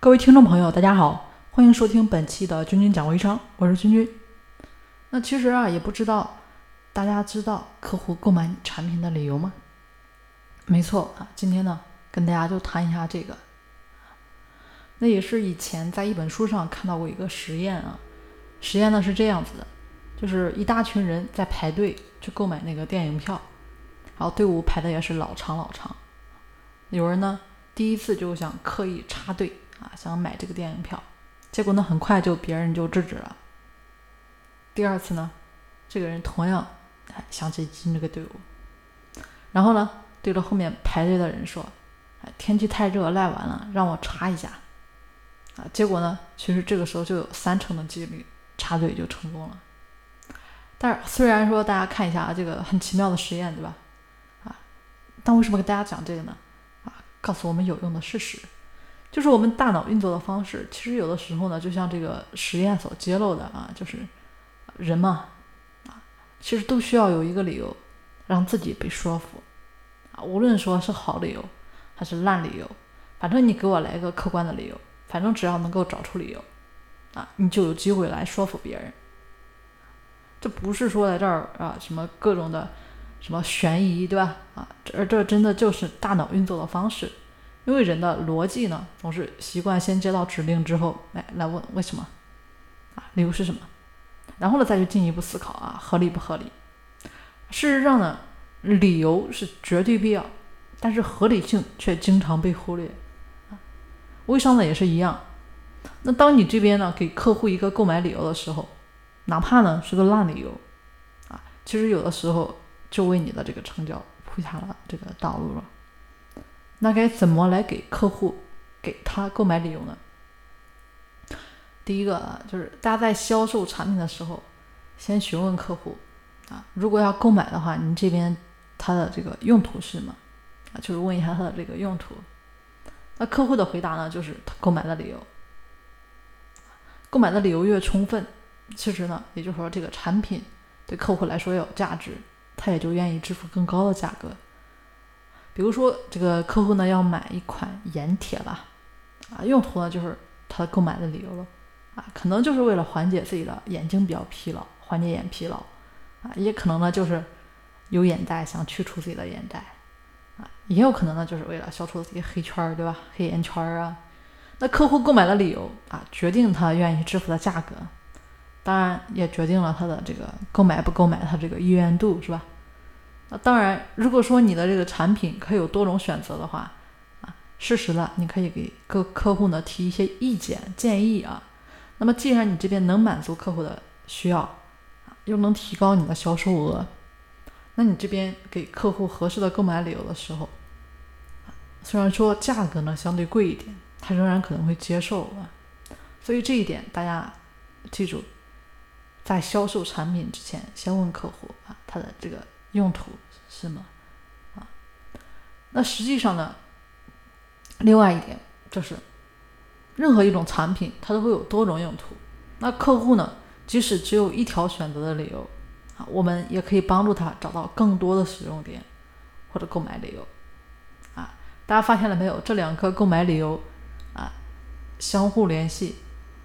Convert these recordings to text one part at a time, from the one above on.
各位听众朋友，大家好，欢迎收听本期的君君讲微商，我是君君。那其实也不知道大家知道客户购买你产品的理由吗？没错今天呢跟大家就谈一下这个。那也是以前在一本书上看到过一个实验实验呢是这样子的，就是一大群人在排队去购买那个电影票，然后队伍排的也是老长，有人呢第一次就想刻意插队想买这个电影票，结果呢很快别人就制止了。第二次呢，这个人同样想进这个队伍，然后呢对着后面排队的人说，天气太热赖完了，让我插一下结果呢其实这个时候就有30%的几率插队就成功了。但是虽然说大家看一下这个很奇妙的实验，对吧但为什么给大家讲这个呢告诉我们有用的事实，就是我们大脑运作的方式，其实有的时候呢，就像这个实验所揭露的就是人嘛其实都需要有一个理由让自己被说服无论说是好理由还是烂理由，反正你给我来一个客观的理由，反正只要能够找出理由你就有机会来说服别人。这不是说在这儿什么各种的什么悬疑，对吧这真的就是大脑运作的方式。因为人的逻辑呢总是习惯先接到指令之后来问为什么理由是什么，然后呢再去进一步思考合理不合理。事实上呢理由是绝对必要，但是合理性却经常被忽略微商呢也是一样。那当你这边呢给客户一个购买理由的时候，哪怕呢是个烂理由其实有的时候就为你的这个成交铺下了这个道路了。那该怎么来给客户给他购买理由呢？第一个就是大家在销售产品的时候，先询问客户如果要购买的话，您这边他的这个用途是什么就是问一下他的这个用途。那客户的回答呢就是他购买的理由。购买的理由越充分，其实呢也就是说这个产品对客户来说有价值，他也就愿意支付更高的价格。比如说这个客户呢要买一款眼贴吧用途呢就是他购买的理由了可能就是为了缓解自己的眼睛比较疲劳，缓解眼疲劳也可能呢就是有眼袋想去除自己的眼袋也有可能呢就是为了消除自己黑圈，对吧，黑眼圈那客户购买的理由决定他愿意支付的价格，当然也决定了他的这个购买不购买他这个意愿度，是吧？那当然如果说你的这个产品可以有多种选择的话适时的你可以给客户呢提一些意见建议那么既然你这边能满足客户的需要又能提高你的销售额，那你这边给客户合适的购买理由的时候虽然说价格呢相对贵一点，他仍然可能会接受所以这一点大家记住，在销售产品之前先问客户他的这个用途是什么那实际上呢另外一点就是任何一种产品它都会有多种用途，那客户呢即使只有一条选择的理由我们也可以帮助他找到更多的使用点或者购买理由大家发现了没有，这两个购买理由相互联系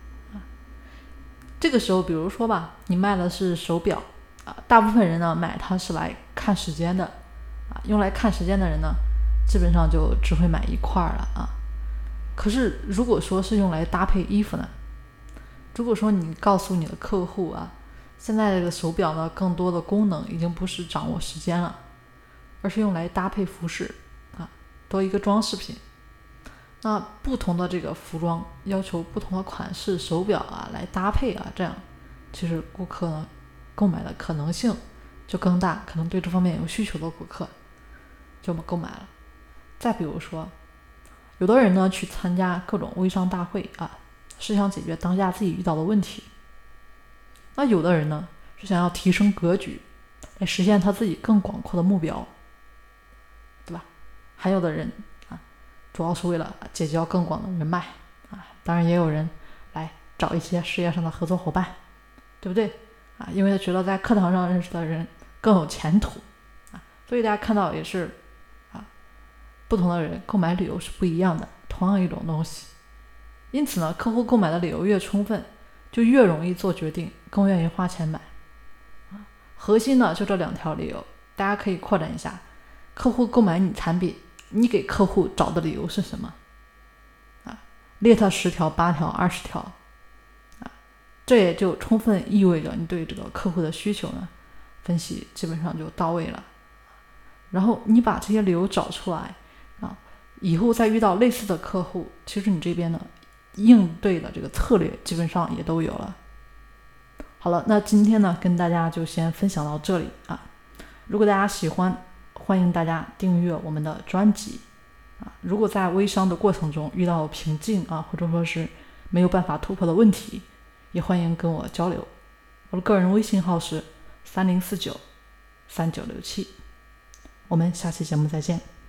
这个时候比如说吧，你卖的是手表大部分人呢买它是来看时间的用来看时间的人呢基本上就只会买一块了可是如果说是用来搭配衣服呢，如果说你告诉你的客户现在这个手表呢更多的功能已经不是掌握时间了，而是用来搭配服饰多一个装饰品，那不同的这个服装要求不同的款式手表来搭配这样其实顾客呢购买的可能性就更大，可能对这方面有需求的顾客就购买了。再比如说有的人呢去参加各种微商大会是想解决当下自己遇到的问题，那有的人呢是想要提升格局来实现他自己更广阔的目标，对吧？还有的人主要是为了结交更广的人脉当然也有人来找一些事业上的合作伙伴，对不对因为他觉得在课堂上认识的人更有前途所以大家看到也是不同的人购买理由是不一样的，同样一种东西因此呢，客户购买的理由越充分，就越容易做决定，更愿意花钱买。核心呢就这2条理由，大家可以扩展一下。客户购买你产品，你给客户找的理由是什么？列他10条、8条、20条，这也就充分意味着你对这个客户的需求呢分析基本上就到位了。然后你把这些理由找出来以后再遇到类似的客户，其实你这边呢应对的这个策略基本上也都有了。好了，那今天呢跟大家就先分享到这里如果大家喜欢，欢迎大家订阅我们的专辑如果在微商的过程中遇到瓶颈或者说是没有办法突破的问题，也欢迎跟我交流。我的个人微信号是30493967。我们下期节目再见。